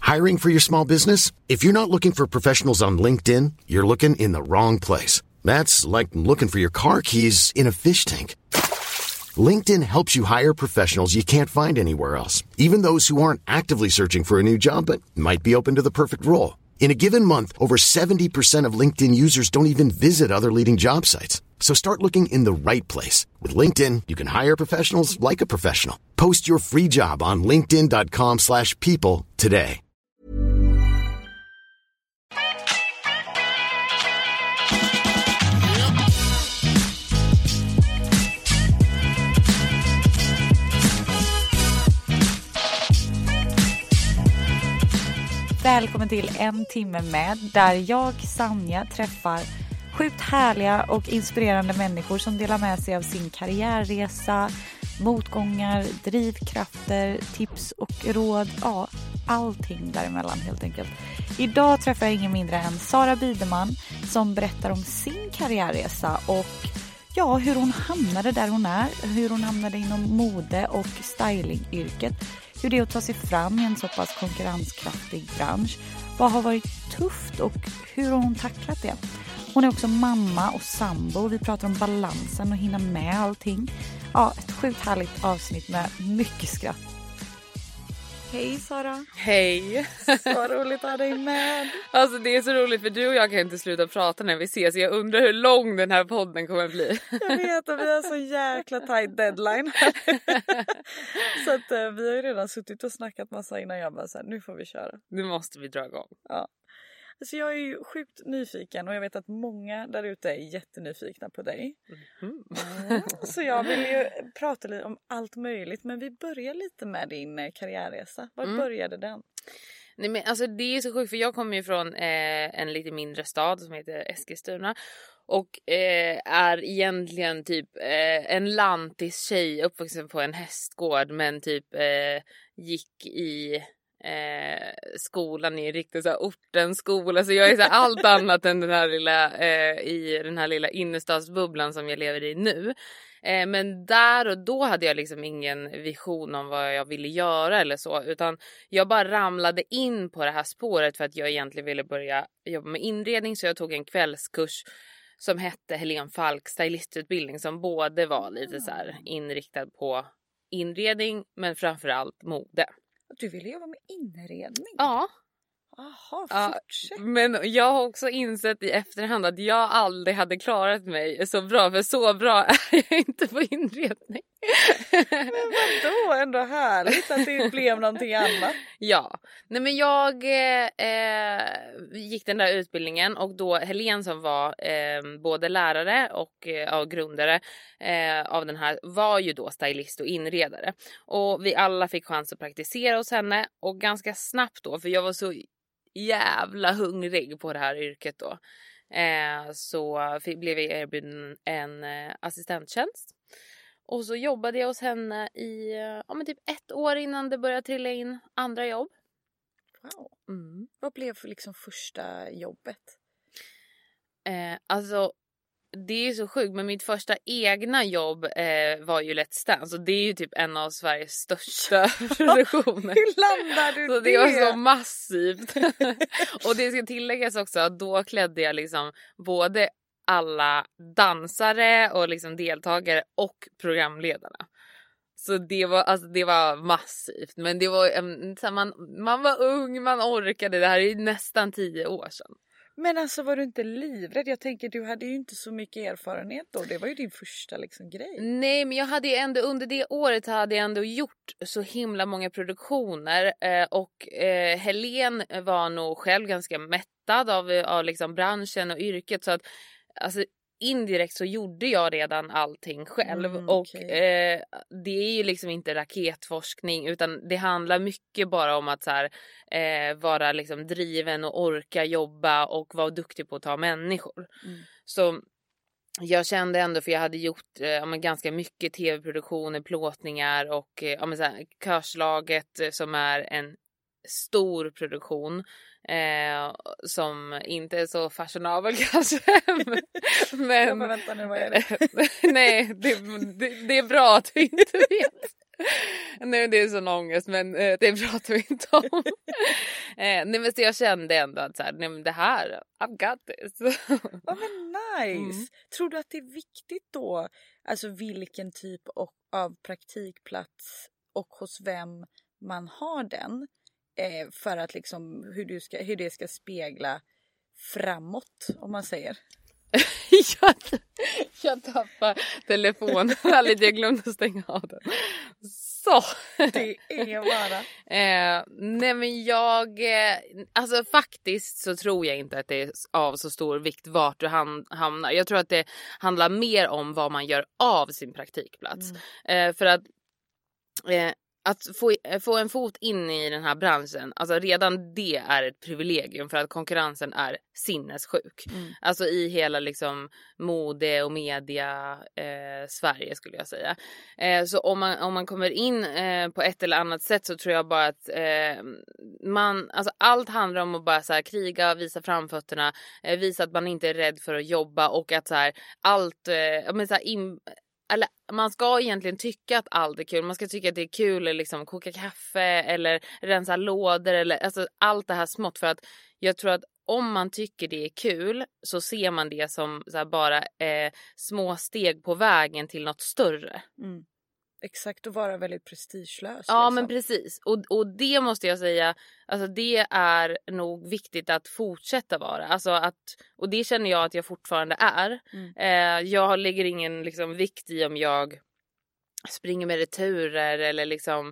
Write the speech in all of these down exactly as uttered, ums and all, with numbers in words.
Hiring for your small business? If you're not looking for professionals on LinkedIn, you're looking in the wrong place. That's like looking for your car keys in a fish tank. LinkedIn helps you hire professionals you can't find anywhere else, even those who aren't actively searching for a new job but might be open to the perfect role. In a given month, over seventy percent of LinkedIn users don't even visit other leading job sites. So start looking in the right place. With LinkedIn, you can hire professionals like a professional. Post your free job on linkedin dot com slash people today. Välkommen till En timme med, där jag, Sanja, träffar sjukt härliga och inspirerande människor som delar med sig av sin karriärresa, motgångar, drivkrafter, tips och råd. Ja, allting däremellan helt enkelt. Idag träffar jag ingen mindre än Sara Biderman som berättar om sin karriärresa och ja, hur hon hamnade där hon är, hur hon hamnade inom mode och stylingyrket. Hur det är att ta sig fram i en så pass konkurrenskraftig bransch. Vad har varit tufft och hur har hon tacklat det? Hon är också mamma och sambo. Vi pratar om balansen och hinna med allting. Ja, ett sjukt härligt avsnitt med mycket skratt. Hej Sara. Hej. Så roligt att ha dig med. Alltså det är så roligt för du och jag kan inte sluta prata när vi ses. Jag undrar hur lång den här podden kommer bli. Jag vet att vi har så jäkla tight deadline. Så att uh, vi har ju redan suttit och snackat massa innan jag bara så här, nu får vi köra. Nu måste vi dra igång. Ja. Alltså jag är ju sjukt nyfiken och jag vet att många där ute är jättenyfikna på dig. Mm. Mm. Så jag vill ju prata lite om allt möjligt, men vi börjar lite med din karriärresa. Var mm. började den? Nej, men alltså det är så sjukt för jag kommer ju från eh, en lite mindre stad som heter Eskilstuna. Och eh, är egentligen typ eh, en lantis tjej uppvuxen på en hästgård, men typ eh, gick i... Eh, skolan i riktigt så här ortens skola, så jag är så här allt annat än den här lilla eh, i den här lilla innerstadsbubblan som jag lever i nu. Eh, men där och då hade jag liksom ingen vision om vad jag ville göra eller så, utan jag bara ramlade in på det här spåret för att jag egentligen ville börja jobba med inredning, så jag tog en kvällskurs som hette Helene Falk stylistutbildning, som både var lite så här inriktad på inredning men framförallt mode. Du ville jobba med inredning? Ja. Jaha, fortsätt. Ja, men jag har också insett i efterhand att jag aldrig hade klarat mig så bra. För så bra är jag inte på inredning. Men vadå? Ändå härligt att det blev någonting annat. Ja. Nej, men jag eh, gick den där utbildningen. Och då Helene som var eh, både lärare och eh, grundare eh, av den här var ju då stylist och inredare. Och vi alla fick chans att praktisera hos henne. Och ganska snabbt då, för jag var så jävla hungrig på det här yrket då. Eh, så fick, blev jag erbjuden en eh, assistenttjänst. Och så jobbade jag hos henne i eh, ja, men typ ett år innan det började trilla in andra jobb. Wow. Mm. Vad blev för liksom första jobbet? Eh, alltså det är ju så sjukt, men mitt första egna jobb eh, var ju Let's Dance. Och det är ju typ en av Sveriges största produktioner. Hur landar du så det? Det var så massivt. Och det ska tilläggas också att då klädde jag liksom både alla dansare och liksom deltagare och programledarna. Så det var, alltså det var massivt. Men det var, um, man, man var ung, man orkade. Det här är nästan tio år sedan. Men alltså var du inte livrädd? Jag tänker du hade ju inte så mycket erfarenhet då. Det var ju din första liksom grej. Nej, men jag hade ju ändå under det året hade jag ändå gjort så himla många produktioner. Eh, och eh, Helene var nog själv ganska mättad av, av liksom branschen och yrket. Så att alltså indirekt så gjorde jag redan allting själv. Mm, och okay. eh, det är ju liksom inte raketforskning, utan det handlar mycket bara om att så här, eh, vara liksom driven och orka jobba och vara duktig på att ta människor. Mm. Så jag kände ändå, för jag hade gjort eh, men ganska mycket tv-produktioner, plåtningar och eh, men så här, Körslaget eh, som är en stor produktion. Eh, som inte är så fashionabel kanske. men jag vänta nu, vad är det? Nej, det, det, det är bra att du inte vet. Nej, det är sån ångest, men eh, det pratar vi inte om. eh, nej, men så jag kände ändå att så här, nej, men det här, I've got this. Ja, men nice. Mm. Tror du att det är viktigt då, alltså vilken typ av praktikplats och hos vem man har den, eh, för att liksom hur, du ska, hur det ska spegla framåt, om man säger? jag, jag tappar telefonen. Jag glömde att stänga av den. Så. Det är bara. eh, nej men jag, eh, alltså faktiskt så tror jag inte att det är av så stor vikt vart du ham- hamnar. Jag tror att det handlar mer om vad man gör av sin praktikplats. Mm. Eh, för att eh, Att få, få en fot in i den här branschen, alltså redan det är ett privilegium, för att konkurrensen är sinnessjuk. Mm. Alltså i hela liksom mode och media eh, Sverige skulle jag säga. Eh, så om man, om man kommer in eh, på ett eller annat sätt, så tror jag bara att eh, man, alltså allt handlar om att bara så här, kriga, visa framfötterna, eh, visa att man inte är rädd för att jobba, och att så här, allt, eh, men så här, in, eller man ska egentligen tycka att allt är kul. Man ska tycka att det är kul att liksom koka kaffe eller rensa lådor, eller alltså allt det här smått, för att jag tror att om man tycker det är kul så ser man det som så här bara eh, små steg på vägen till något större. Mm. Exakt, och vara väldigt prestigelös. Ja, liksom. men precis. Och, och det måste jag säga, alltså det är nog viktigt att fortsätta vara. Alltså att, och det känner jag att jag fortfarande är. Mm. Eh, jag lägger ingen liksom vikt i om jag springer med returer eller liksom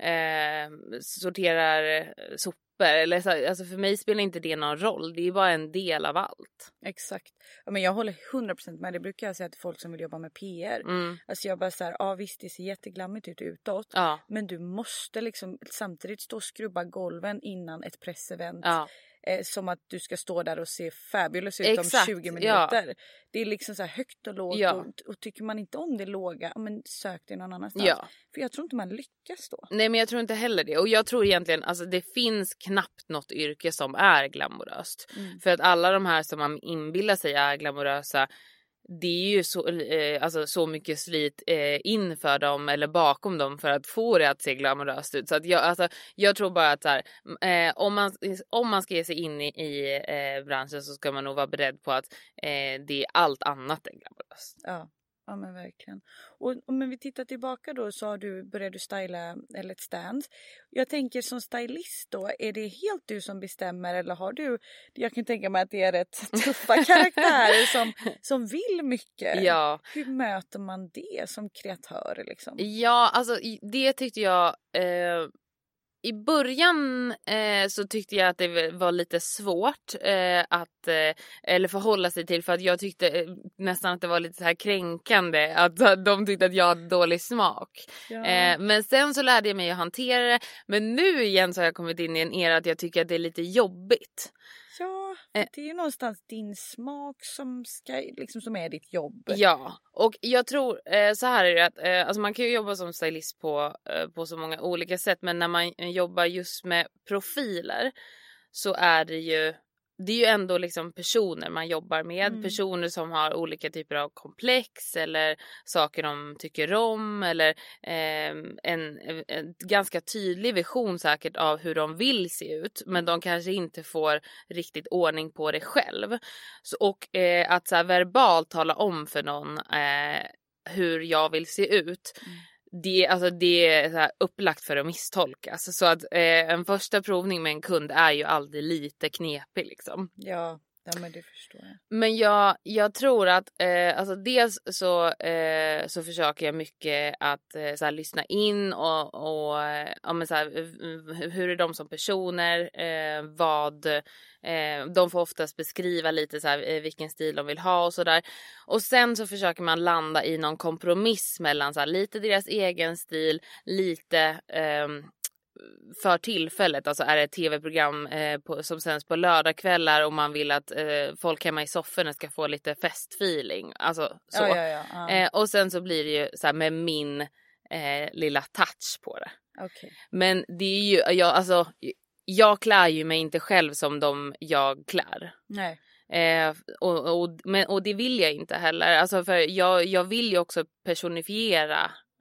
eh, sorterar sopor. Eller så, alltså för mig spelar inte det någon roll. Det är bara en del av allt. Exakt. Ja, men jag håller hundra procent med. Det brukar jag säga till folk som vill jobba med P R. Mm. Alltså jag bara så här, ja visst det ser jätteglammigt ut utåt. Ja. Men du måste liksom samtidigt stå och skrubba golven innan ett pressevent. Ja. Eh, som att du ska stå där och se fabulous ut. Exakt. Om tjugo minuter. Ja. Det är liksom så här högt och lågt. Ja. Och, och tycker man inte om det låga, men sök det någon annanstans. Ja. För jag tror inte man lyckas då. Nej, men jag tror inte heller det. Och jag tror egentligen, alltså det finns knappt något yrke som är glamoröst. Mm. För att alla de här som man inbillar sig är glamorösa, det är ju så, eh, alltså så mycket slit eh, inför dem eller bakom dem för att få det att se glamoröst ut. Så att jag, alltså, jag tror bara att så här, eh, om, man, om man ska ge sig in i, i eh, branschen, så ska man nog vara beredd på att eh, det är allt annat än glamoröst. Ja. Ja, men verkligen. Och om vi tittar tillbaka då, så har du börjat du styla Let's Dance. Jag tänker som stylist då, är det helt du som bestämmer, eller har du, jag kan tänka mig att det är rätt tuffa karaktärer som, som vill mycket. Ja. Hur möter man det som kreatör liksom? Ja, alltså det tyckte jag... Eh... I början eh, så tyckte jag att det var lite svårt eh, att eh, eller förhålla sig till, för att jag tyckte eh, nästan att det var lite så här kränkande att de tyckte att jag hade dålig smak. Ja. Eh, men sen så lärde jag mig att hantera det, men nu igen så har jag kommit in i en era att jag tycker att det är lite jobbigt. Ja, det är ju någonstans din smak som, ska, liksom, som är ditt jobb. Ja, och jag tror eh, så här är det att eh, alltså man kan ju jobba som stylist på, eh, på så många olika sätt, men när man jobbar just med profiler så är det ju det är ju ändå liksom personer man jobbar med. Mm. Personer som har olika typer av komplex eller saker de tycker om. Eller eh, en, en ganska tydlig vision säkert av hur de vill se ut. Men de kanske inte får riktigt ordning på det själv. Så, och eh, att så här, verbalt tala om för någon eh, hur jag vill se ut. Mm. Det, alltså det är så här upplagt för att misstolkas. Så att eh, en första provning med en kund är ju alltid lite knepig liksom. Ja, ja men det förstår jag. Men jag, jag tror att eh, alltså dels så, eh, så försöker jag mycket att eh, så här, lyssna in och, och ja, men så här, hur är de som personer, eh, vad eh, de får oftast beskriva lite så här, vilken stil de vill ha och sådär. Och sen så försöker man landa i någon kompromiss mellan så här, lite deras egen stil, lite eh, för tillfället, alltså är det ett tv-program eh, på, som sänds på lördagskvällar och man vill att eh, folk hemma i sofforna ska få lite festfeeling, alltså så. Ja, ja, ja, ja. Eh, och sen så blir det ju så här med min eh, lilla touch på det. Okay. Men det är ju, jag, alltså, jag klär ju mig inte själv som de jag klär. Nej. Eh, och, och, men, och det vill jag inte heller, alltså för jag, jag vill ju också personifiera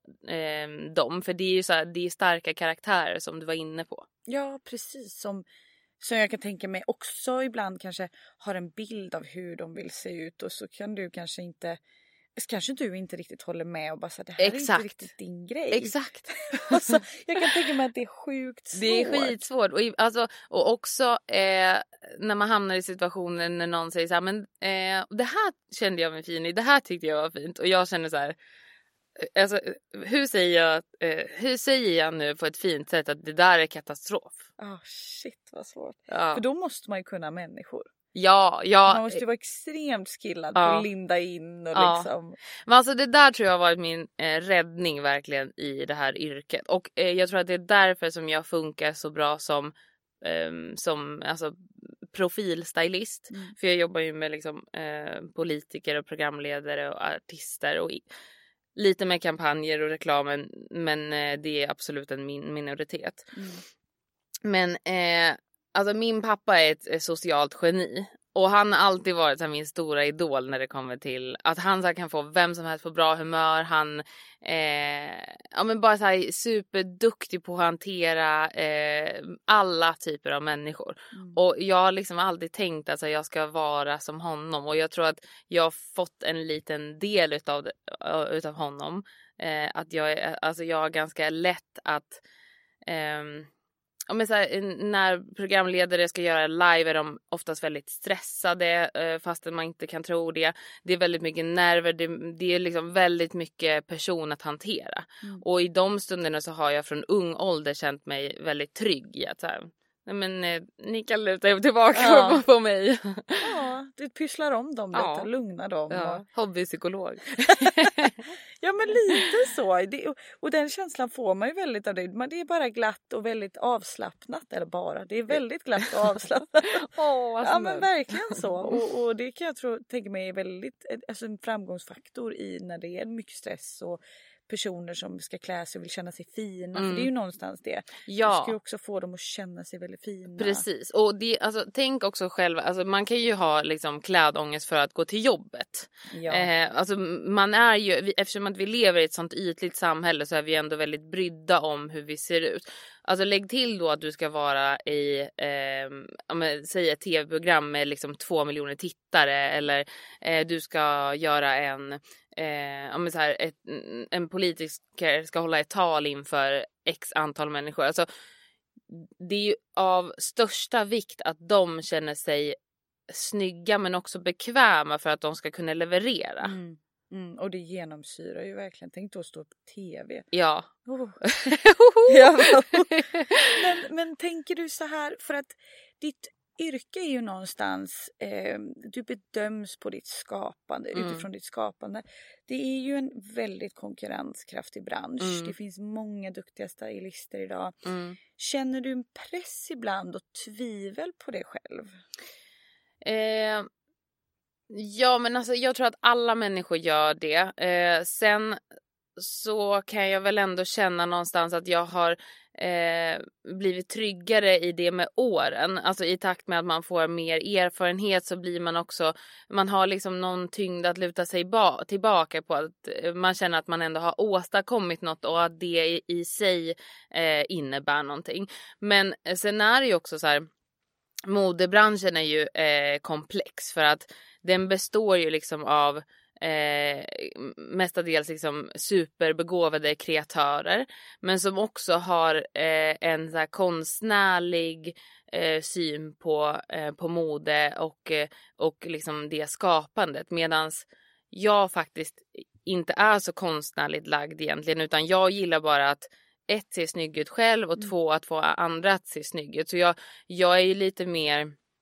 eh, dem. För det är ju så här, det är starka karaktärer som du var inne på. Ja, precis. Som, som jag kan tänka mig också ibland kanske har en bild av hur de vill se ut. Och så kan du kanske inte... Kanske du inte riktigt håller med och bara säger det här Exakt. är inte riktigt din grej. Exakt. Alltså, jag kan tänka mig att det är sjukt svårt. Det är skitsvårt. Och, alltså, och också eh, när man hamnar i situationen när någon säger så här, men eh, det här kände jag mig fin i, det här tyckte jag var fint. Och jag känner så här, alltså, hur säger jag, eh, hur säger jag nu på ett fint sätt att det där är katastrof? Oh, shit vad svårt. Ja. För då måste man ju kunna människor. Ja, ja. Man måste ju vara extremt skillad ja. på att linda in och ja. liksom. Men alltså det där tror jag har varit min eh, räddning verkligen i det här yrket. Och eh, jag tror att det är därför som jag funkar så bra som, eh, som alltså, profilstylist. Mm. För jag jobbar ju med liksom, eh, politiker och programledare och artister och i, lite med kampanjer och reklamen. Men eh, det är absolut en min- minoritet. Mm. Men eh, alltså min pappa är ett, ett socialt geni. Och han har alltid varit här, min stora idol när det kommer till att han så här, kan få vem som helst på bra humör. Han eh, ja, men bara så här, superduktig på att hantera eh, alla typer av människor. Mm. Och jag har liksom aldrig tänkt att alltså, jag ska vara som honom. Och jag tror att jag har fått en liten del utav, det, utav honom. Eh, att jag, är, alltså, jag har ganska lätt att... Eh, Ja, men så här, när programledare ska göra live är de oftast väldigt stressade eh, fastän man inte kan tro det. Det är väldigt mycket nerver, det, det är liksom väldigt mycket person att hantera. Mm. Och i de stunderna så har jag från ung ålder känt mig väldigt trygg i att så här, nej men eh, ni kan luta er tillbaka ja. på mig. Ja, du pysslar om dem lite ja. och lugnar dem. Ja. Och... Hobbypsykolog. Ja men lite så. Det, och den känslan får man ju väldigt av det. Men det är bara glatt och väldigt avslappnat. Eller bara, det är väldigt glatt och avslappnat. oh, ja men verkligen så. Och, och det kan jag tro, tänka mig är väldigt, alltså en framgångsfaktor i när det är mycket stress och personer som ska klä sig och vill känna sig fina. Mm. För det är ju någonstans det. Ja. Du ska ju också få dem att känna sig väldigt fina. Precis. Och det, alltså, tänk också själv. Alltså, man kan ju ha liksom, klädångest för att gå till jobbet. Ja. Eh, alltså, man är ju, eftersom att vi lever i ett sånt ytligt samhälle så är vi ändå väldigt brydda om hur vi ser ut. Alltså lägg till då att du ska vara i eh, ja, men, säg ett tv-program med liksom två miljoner tittare. Eller eh, du ska göra en Eh, ja, men så här, ett, en politiker ska hålla ett tal inför x antal människor. Alltså, det är ju av största vikt att de känner sig snygga men också bekväma för att de ska kunna leverera. Mm. Mm, och det genomsyrar ju verkligen. Tänk då att stå på tv. Ja. Oh. ja men, men tänker du så här, för att ditt yrke är ju någonstans, eh, du bedöms på ditt skapande, mm. utifrån ditt skapande. Det är ju en väldigt konkurrenskraftig bransch. Mm. Det finns många duktiga stylister idag. Mm. Känner du en press ibland och tvivel på dig själv? Eh, ja, men alltså jag tror att alla människor gör det. Eh, sen så kan jag väl ändå känna någonstans att jag har eh, blivit tryggare i det med åren. Alltså i takt med att man får mer erfarenhet så blir man också, man har liksom någon tyngd att luta sig ba- tillbaka på. Att man känner att man ändå har åstadkommit något och att det i, i sig eh, innebär någonting. Men sen är det ju också så här, modebranschen är ju eh, komplex för att den består ju liksom av Eh, mestadels liksom superbegåvade kreatörer men som också har eh, en så här konstnärlig eh, syn på, eh, på mode och, eh, och liksom det skapandet, medans jag faktiskt inte är så konstnärligt lagd egentligen, utan jag gillar bara att ett, se snygg ut själv och mm. två, att få andra att se snygg ut. Så jag, jag är ju lite mer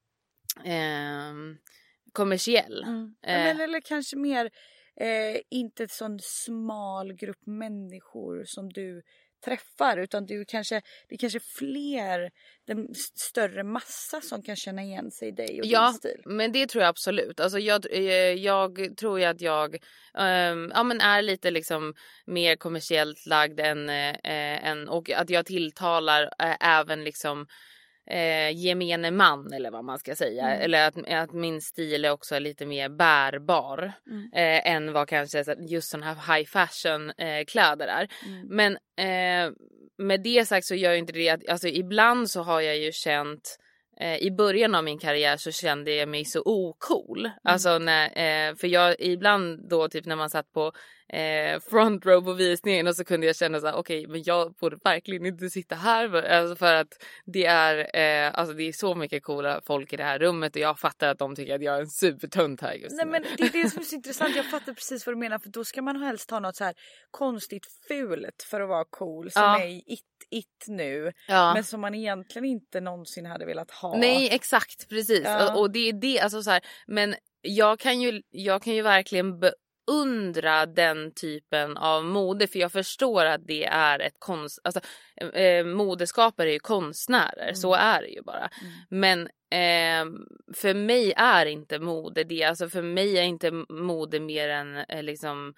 eh, kommersiell. Mm. Eller, eller kanske mer eh, inte en sån smal grupp människor som du träffar, utan du kanske, det är kanske fler, den större massa som kan känna igen sig i dig och ja, din stil. Ja, men det tror jag absolut. Alltså jag, jag tror ju att jag um, ja, men är lite liksom mer kommersiellt lagd än, äh, än, och att jag tilltalar äh, även liksom eh, gemene man eller vad man ska säga. Mm. Eller att, att min stil är också lite mer bärbar mm. eh, än vad kanske just sån här high fashion eh, kläder är. Mm. Men eh, med det sagt så gör ju inte det att, alltså ibland så har jag ju känt eh, i början av min karriär så kände jag mig så ocool. Mm. Alltså när, eh, för jag ibland då typ när man satt på Eh, front row på visningen och så kunde jag känna så här: okej, okay, men jag borde verkligen inte sitta här för, alltså för att det är eh, alltså det är så mycket coola folk i det här rummet och jag fattar att de tycker att jag är en supertunt här just Nej, nu. men det är det som är så intressant. Jag fattar precis vad du menar, för då ska man helst ha något så här konstigt fult för att vara cool som ja. är it, it nu ja. men som man egentligen inte någonsin hade velat ha. Nej, exakt, precis. Ja. Och, och det är det, alltså så här, men jag kan ju jag kan ju verkligen be- undra den typen av mode, för jag förstår att det är ett konst, alltså eh, modeskapare är ju konstnärer, mm. så är det ju bara. Mm. Men eh, för mig är inte mode det, alltså för mig är inte mode mer än eh, liksom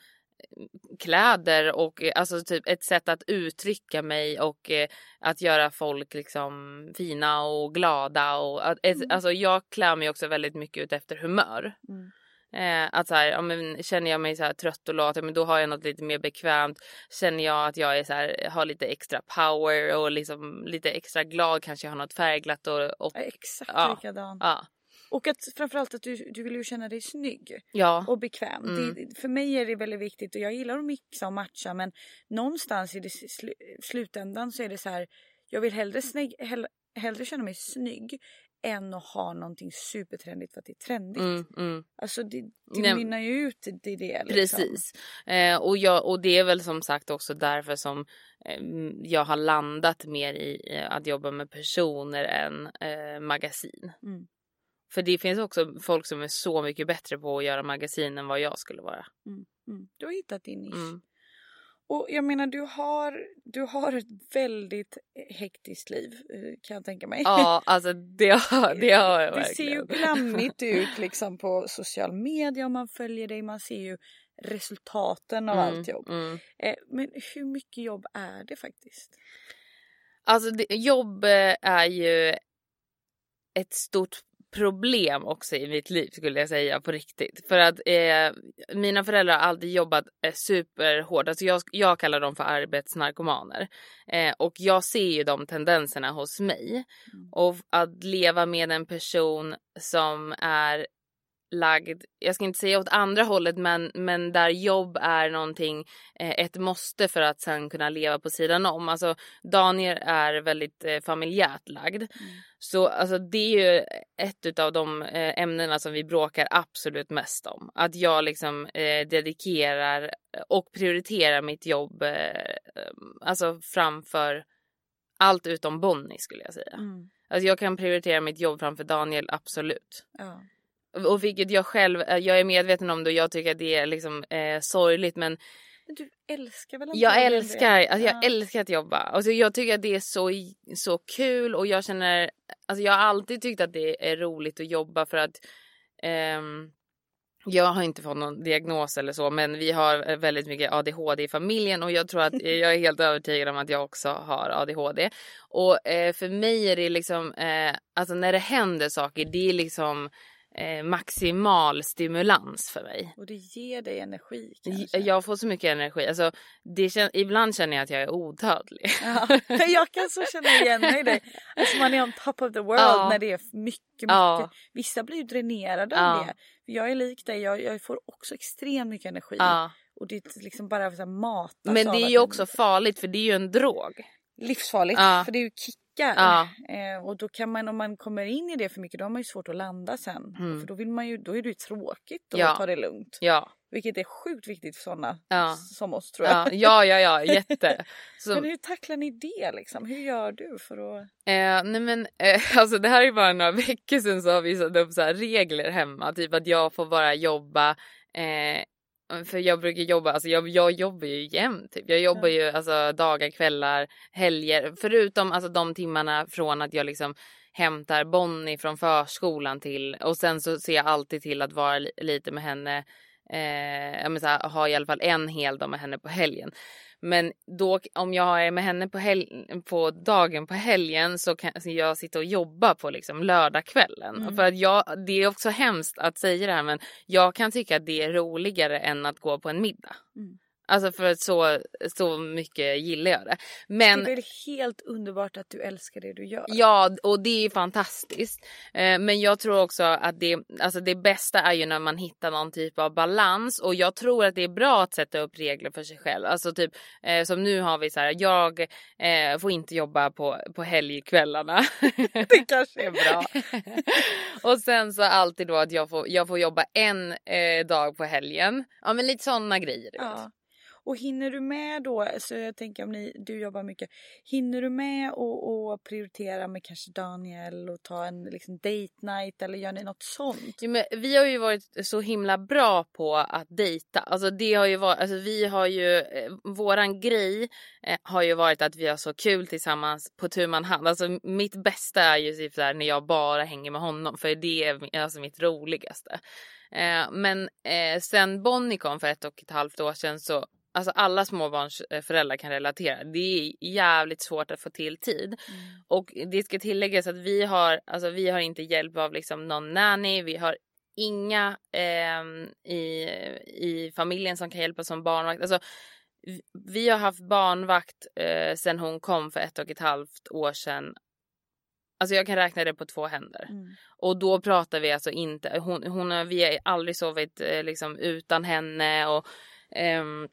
kläder och alltså typ ett sätt att uttrycka mig och eh, att göra folk liksom fina och glada och att, mm. alltså jag klär mig också väldigt mycket ut efter humör. Mm. Eh, att så här, ja, men, känner jag mig så här trött och lat, men då har jag något lite mer bekvämt. Känner jag att jag är så här, har lite extra power och liksom lite extra glad, kanske jag har något färgglatt och, och ja, exakt ja, likadant. Ja. Och att framförallt att du, du vill ju känna dig snygg ja. och bekväm. Mm. Det, för mig är det väldigt viktigt och jag gillar att mixa och matcha, men någonstans i det sl- slutändan så är det så här, jag vill hellre, snygg, hell, hellre känna mig snygg än att ha någonting supertrendigt för att det är trendigt. Mm, mm. Alltså det, det mynnar ju ut i det, det liksom. Precis. Eh, och, jag, och det är väl som sagt också därför som eh, jag har landat mer i eh, att jobba med personer än eh, magasin. Mm. För det finns också folk som är så mycket bättre på att göra magasin än vad jag skulle vara. Mm, mm. Du har hittat din nisch. Mm. Och jag menar, du har, du har ett väldigt hektiskt liv, kan jag tänka mig. Ja, alltså det har, det har jag verkligen. Det ser ju glammigt ut liksom på social media om man följer dig. Man ser ju resultaten av mm, allt jobb. Mm. Eh, men hur mycket jobb är det faktiskt? Alltså det, jobb är ju ett stort problem också i mitt liv, skulle jag säga, på riktigt. För att eh, mina föräldrar har alltid jobbat eh, superhårt. Alltså jag, jag kallar dem för arbetsnarkomaner. Eh, och jag ser ju de tendenserna hos mig. Mm. Och att leva med en person som är lagd, jag ska inte säga åt andra hållet, men, men där jobb är någonting, eh, ett måste för att sen kunna leva på sidan om. Alltså Daniel är väldigt eh, familjärt lagd. Mm. Så alltså, det är ju ett av de eh, ämnena som vi bråkar absolut mest om. Att jag liksom eh, dedikerar och prioriterar mitt jobb eh, alltså framför allt utom Bonnie, skulle jag säga. Mm. Alltså jag kan prioritera mitt jobb framför Daniel, absolut. Ja. Och vilket jag själv, jag är medveten om det och jag tycker att det är liksom eh, sorgligt, men Men du älskar väl? Jag älskar, alltså jag ja. älskar att jobba. Alltså jag tycker att det är så, så kul och jag känner, alltså jag har alltid tyckt att det är roligt att jobba för att ehm, jag har inte fått någon diagnos eller så, men vi har väldigt mycket A D H D i familjen och jag tror att jag är helt övertygad om att jag också har A D H D. Och eh, för mig är det liksom, eh, alltså när det händer saker, det är liksom Eh, maximal stimulans för mig. Och det ger dig energi kanske? Jag får så mycket energi. Alltså, det kän- ibland känner jag att jag är odödlig. Ja, jag kan så känna igen mig i det. Alltså man är on top of the world ja. när det är mycket, mycket. Ja. Vissa blir ju dränerade ja. av det. För jag är lik dig. Jag, jag får också extremt mycket energi. Ja. Och det är liksom bara så här matas. Men det är ju också farligt, för det är ju en drog. Livsfarligt, ja. för det är ju kickar. Ja. Eh, och då kan man, om man kommer in i det för mycket, då har man ju svårt att landa sen. Mm. För då vill man ju, då är det ju tråkigt att ja. ta det lugnt. Ja. Vilket är sjukt viktigt för sådana ja. som oss, tror jag. Ja, ja, ja, ja jätte. Så... Men hur tacklar ni det liksom? Hur gör du för att... Eh, nej men, eh, alltså det här är bara några veckor sedan så har vi satt upp så här regler hemma. Typ att jag får bara jobba... Eh, För jag brukar jobba, alltså jag, jag jobbar ju jämt typ. Jag jobbar ju alltså dagar, kvällar, helger. Förutom alltså de timmarna från att jag liksom hämtar Bonnie från förskolan till. Och sen så ser jag alltid till att vara lite med henne. Eh, jag menar så här, ha i alla fall en hel dag med henne på helgen. Men då, om jag är med henne på, hel- på dagen på helgen så kan jag sitta och jobba på liksom lördagskvällen. Mm. För att jag, det är också hemskt att säga det här, men jag kan tycka att det är roligare än att gå på en middag. Mm. Alltså för att så, så mycket gillar jag det. Men, det är väl helt underbart att du älskar det du gör. Ja, och det är fantastiskt. Eh, men jag tror också att det, alltså det bästa är ju när man hittar någon typ av balans. Och jag tror att det är bra att sätta upp regler för sig själv. Alltså typ, eh, som nu har vi så här, jag eh, får inte jobba på, på helgkvällarna. Det kanske är bra. Och sen så alltid då att jag får, jag får jobba en eh, dag på helgen. Ja, men lite sådana grejer. Ja. Och hinner du med då, så jag tänker om ni, du jobbar mycket, hinner du med och, och prioritera med kanske Daniel och ta en liksom date night eller gör ni något sånt? Ja, men vi har ju varit så himla bra på att dejta. Alltså det har ju varit, alltså vi har ju, eh, våran grej eh, har ju varit att vi har så kul tillsammans på tu man hand. Alltså mitt bästa är ju typ där när jag bara hänger med honom, för det är alltså mitt roligaste. Eh, men eh, sen Bonnie kom för ett och ett halvt år sedan så alltså alla småbarnsföräldrar kan relatera. Det är jävligt svårt att få till tid. Mm. Och det ska tilläggas att vi har, alltså vi har inte hjälp av liksom någon nanny. Vi har inga eh, i, i familjen som kan hjälpa som barnvakt. Alltså, vi har haft barnvakt eh, sedan hon kom för ett och ett halvt år sedan. Alltså jag kan räkna det på två händer. Mm. Och då pratar vi alltså inte, hon, hon, vi har aldrig sovit eh, liksom utan henne och ehm,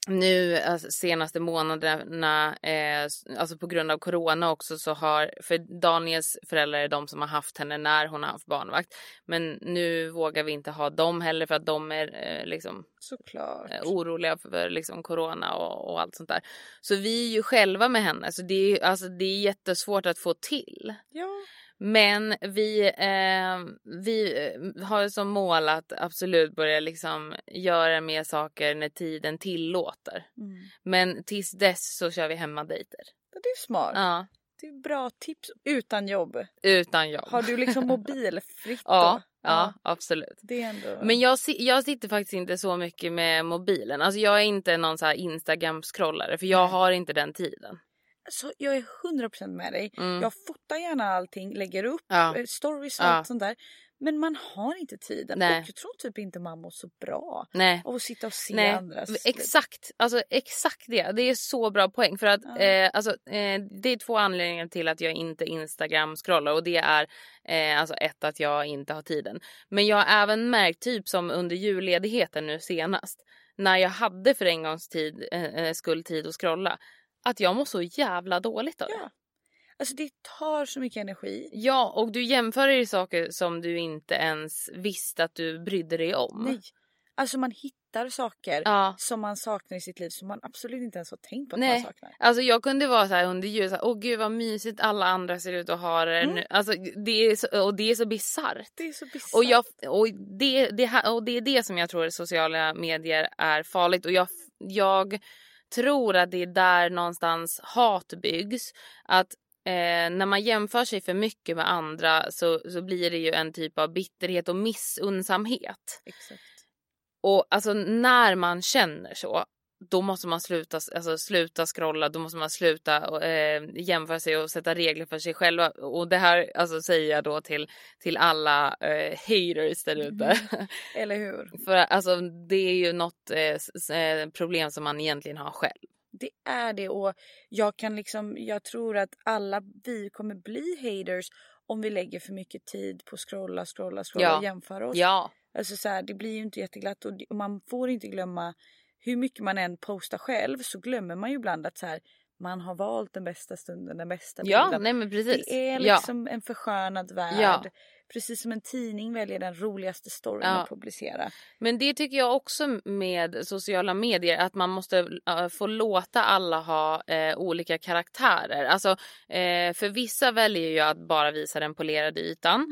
nu alltså, senaste månaderna, eh, alltså på grund av corona också, så har, för Daniels föräldrar är de som har haft henne när hon har haft barnvakt. Men nu vågar vi inte ha dem heller för att de är eh, liksom Såklart. Eh, oroliga för liksom corona och, och allt sånt där. Så vi är ju själva med henne, så det är, alltså, det är jättesvårt att få till. Ja. Men vi, eh, vi har som mål att absolut börja liksom göra mer saker när tiden tillåter. Mm. Men tills dess så kör vi hemmadejter. Det är smart. Ja. Det är bra tips. Utan jobb. Utan jobb. Har du liksom mobilfritt då? Ja, ja, absolut. Det är ändå... Men jag, jag sitter faktiskt inte så mycket med mobilen. Alltså jag är inte någon så här Instagram-scrollare, för jag Nej. har inte den tiden. Så jag är hundra procent med dig. Mm. Jag fotar gärna allting, lägger upp ja. stories och ja. allt sånt där. Men man har inte tiden. Nej. Och jag tror typ inte man mår så bra Nej. av att sitta och se Nej. andras. Exakt, alltså exakt det. Det är så bra poäng. För att ja. eh, alltså, eh, det är två anledningar till att jag inte Instagram scrollar. Och det är eh, alltså ett, att jag inte har tiden. Men jag har även märkt, typ som under julledigheten nu senast, när jag hade för en gångs tid, eh, skuldtid att scrolla, att jag mår så jävla dåligt av det. Ja. Alltså det tar så mycket energi. Ja, och du jämför i saker som du inte ens visste att du brydde dig om. Nej. Alltså man hittar saker ja. som man saknar i sitt liv som man absolut inte ens har tänkt på att Nej. man saknar. Alltså jag kunde vara så här under jul, så här, åh gud vad mysigt alla andra ser ut att ha det mm. nu. Alltså det är så, och det är så bisarrt. Det är så bisarrt. Och, jag, och, det, det, och det är det som jag tror sociala medier är farligt. Och jag, jag tror att det är där någonstans hat byggs. Att Eh, när man jämför sig för mycket med andra så, så blir det ju en typ av bitterhet och missunnsamhet. Exakt. Och alltså när man känner så, då måste man sluta, alltså, sluta scrolla, då måste man sluta eh, jämföra sig och sätta regler för sig själva. Och det här alltså, säger jag då till, till alla eh, haters där ute. Mm. Eller hur? För alltså, det är ju något eh, problem som man egentligen har själv. Det är det, och jag kan liksom, jag tror att alla vi kommer bli haters om vi lägger för mycket tid på scrolla, scrolla, scrolla ja. och jämföra oss. Ja. Alltså så här, det blir ju inte jätteglatt, och man får inte glömma, hur mycket man än postar själv så glömmer man ju ibland att så här, man har valt den bästa stunden, den bästa bilden. Ja, nej men precis. Det är liksom ja. en förskönad värld. Ja. Precis som en tidning väljer den roligaste storyn ja. att publicera. Men det tycker jag också med sociala medier, att man måste uh, få låta alla ha uh, olika karaktärer. Alltså uh, för vissa väljer ju att bara visa den polerade ytan.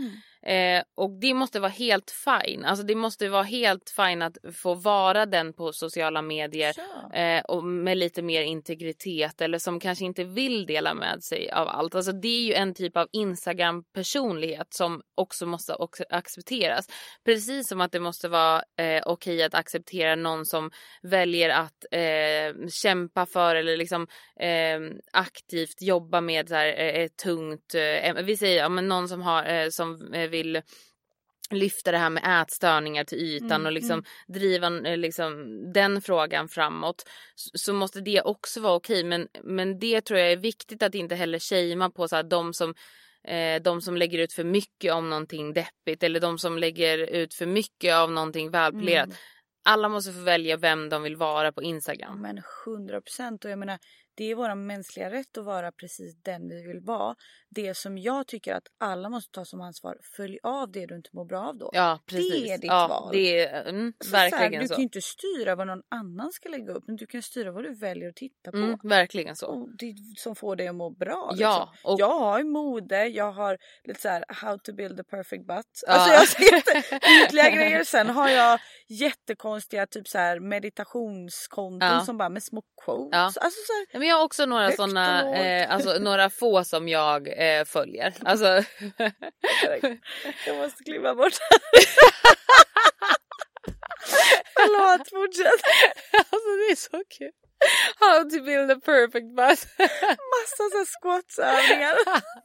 Eh, och det måste vara helt fine. Alltså det måste vara helt fine att få vara den på sociala medier eh, och med lite mer integritet, eller som kanske inte vill dela med sig av allt. Alltså det är ju en typ av Instagram-personlighet som också måste också accepteras. Precis som att det måste vara eh, okej att acceptera någon som väljer att eh, kämpa för eller liksom eh, aktivt jobba med så här, eh, tungt, eh, vi säger ja, men någon som har eh, som eh, vill lyfta det här med ätstörningar till ytan mm, och liksom mm. driva liksom, den frågan framåt, så, så måste det också vara okej. Men, men det tror jag är viktigt att inte heller shamea på så här, de som eh, de som lägger ut för mycket om någonting deppigt eller de som lägger ut för mycket av någonting välpolerat. Mm. Alla måste få välja vem de vill vara på Instagram. Men hundra procent, och jag menar, det är vår mänskliga rätt att vara precis den vi vill vara. Det som jag tycker att alla måste ta som ansvar, följ av det du inte mår bra av då. Ja, precis. Det är ditt ja, val. Det är mm, så verkligen så. Här, du så. kan ju inte styra vad någon annan ska lägga upp, men du kan styra vad du väljer att titta på. Mm, verkligen så. Och det som får dig att må bra. Ja, liksom. och... Jag har mode, jag har lite så här how to build a perfect butt. Ja. Alltså jag har ytterligare grejer. Sen har jag jättekonstiga typ så här meditationskonton ja. Som bara med små quotes. Ja. Alltså så här, ja, men jag har också några sådana, eh, alltså några få som jag eh, följer. Alltså... jag måste kliva bort. Förlåt, fortsätt. Alltså det är så kul. How to build a perfect butt. Massa så squats-övningar.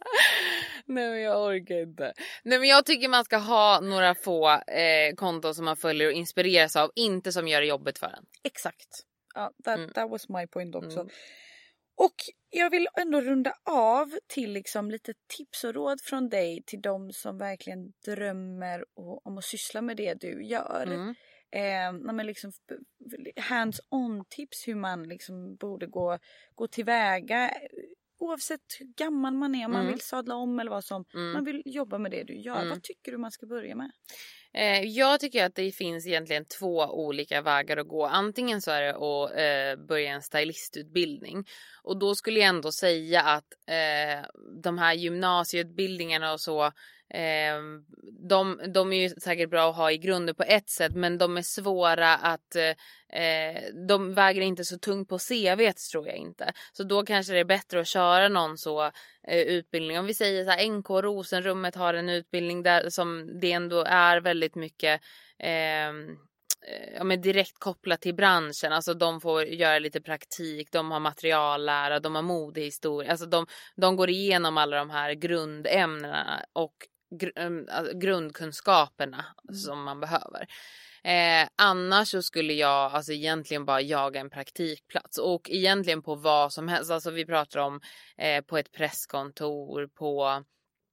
Nej men jag orkar inte. Nej men jag tycker man ska ha några få eh, konton som man följer och inspireras av. Inte som gör jobbet för en. Exakt. Ja, that, mm. that was my point också. Mm. Och jag vill ändå runda av till liksom lite tips och råd från dig till de som verkligen drömmer om att syssla med det du gör. Mm. Eh, men liksom hands-on tips hur man liksom borde gå, gå tillväga oavsett hur gammal man är, om man mm. vill sadla om eller vad som mm. man vill jobba med det du gör. Mm. Vad tycker du man ska börja med? Eh, jag tycker att det finns egentligen två olika vägar att gå. Antingen så är det att eh, börja en stylistutbildning. Och då skulle jag ändå säga att eh, de här gymnasieutbildningarna och så, eh, de, de är ju säkert bra att ha i grunden på ett sätt, men de är svåra att eh, de väger inte så tungt på C V:t, tror jag inte. Så då kanske det är bättre att köra någon så eh, utbildning. Om vi säger så här, N K Rosenrummet har en utbildning där som det ändå är väldigt mycket eh, ja, men direkt kopplat till branschen. Alltså de får göra lite praktik, de har materiallära, de har modehistoria. Alltså de, de går igenom alla de här grundämnena och gr- grundkunskaperna mm. som man behöver. Eh, annars så skulle jag alltså egentligen bara jaga en praktikplats. Och egentligen på vad som helst. Alltså vi pratar om eh, på ett presskontor, på...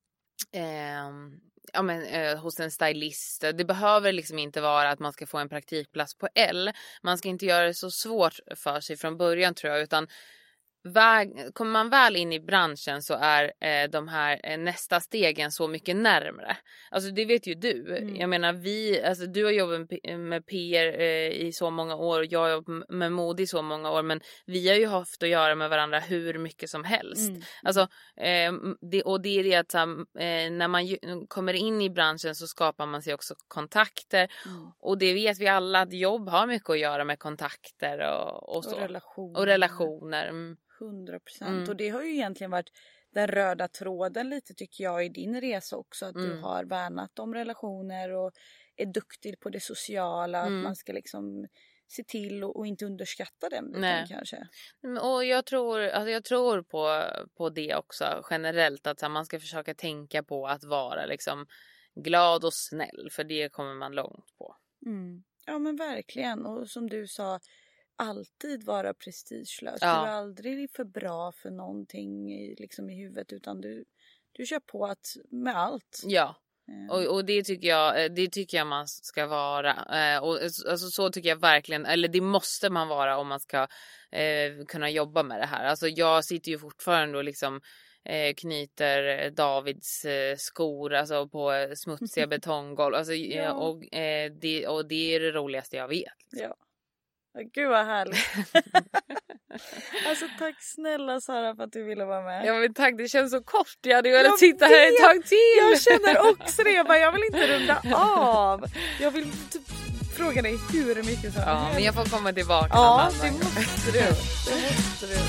Eh, ja, men, eh, hos en stylist. Det behöver liksom inte vara att man ska få en praktikplats på L. Man ska inte göra det så svårt för sig från början, tror jag, utan väg, kommer man väl in i branschen så är eh, de här eh, nästa stegen så mycket närmare. Alltså det vet ju du. Mm. Jag menar vi, alltså du har jobbat med P R eh, i så många år och jag har jobbat med mode i så många år, men vi har ju haft att göra med varandra hur mycket som helst. Mm. Alltså eh, det, och det är det att eh, när man ju, kommer in i branschen så skapar man sig också kontakter mm. och det vet vi alla att jobb har mycket att göra med kontakter och, och så. Och relationer. Och relationer. Mm. hundra procent. Mm. Och det har ju egentligen varit den röda tråden lite, tycker jag, i din resa också. Att mm. du har värnat om relationer och är duktig på det sociala. Mm. Att man ska liksom se till och, och inte underskatta den biten kanske. Och jag tror, alltså jag tror på, på det också generellt. Att så här, man ska försöka tänka på att vara liksom glad och snäll. För det kommer man långt på. Mm. Ja men verkligen. Och som du sa, alltid vara prestigelös. Ja. Du är aldrig för bra för någonting i, liksom i huvudet, utan du, du kör på att, med allt. Ja. Mm. Och, och det tycker jag det tycker jag man ska vara. Eh, och alltså, så tycker jag verkligen, eller det måste man vara om man ska eh, kunna jobba med det här. Alltså jag sitter ju fortfarande och liksom eh, knyter Davids eh, skor alltså på smutsiga betonggolv. Alltså, ja. och, eh, det, och det är det roligaste jag vet. Ja. Gud vad härligt. Alltså tack snälla Sara för att du ville vara med. Ja men tack, det känns så kort. Jag hade velat sitta här ett tag till. Jag känner också det. Jag, bara, jag vill inte runda av. Jag vill typ fråga dig hur mycket så. Ja, men jag får komma tillbaka. Ja, det måste du. Det måste du.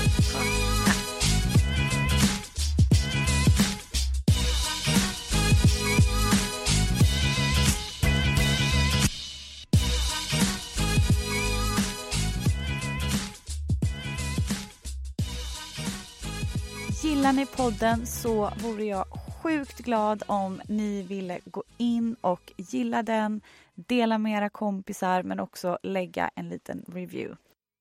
Gillar ni podden så vore jag sjukt glad om ni ville gå in och gilla den, dela med era kompisar men också lägga en liten review.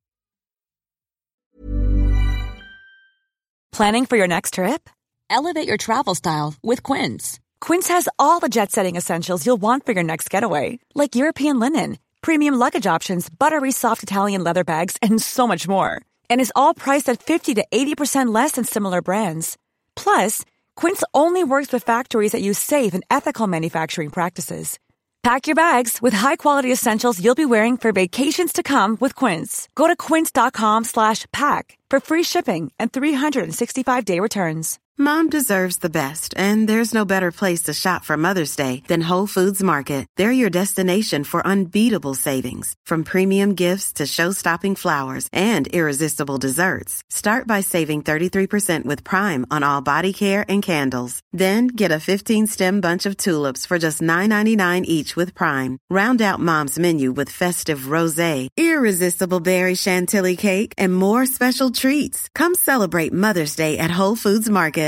Planning for your next trip? Elevate your travel style with Quince. Quince has all the jet-setting essentials you'll want for your next getaway, like European linen, premium luggage options, buttery soft Italian leather bags, and so much more. And is all priced at fifty to eighty percent less than similar brands. Plus, Quince only works with factories that use safe and ethical manufacturing practices. Pack your bags with high-quality essentials you'll be wearing for vacations to come with Quince. Go to quince.com slash pack for free shipping and three sixty-five day returns. Mom deserves the best, and there's no better place to shop for Mother's Day than Whole Foods Market. They're your destination for unbeatable savings, from premium gifts to show-stopping flowers and irresistible desserts. Start by saving thirty-three percent with Prime on all body care and candles. Then get a fifteen-stem bunch of tulips for just nine ninety-nine each with Prime. Round out Mom's menu with festive rosé, irresistible berry chantilly cake, and more special treats. Come celebrate Mother's Day at Whole Foods Market.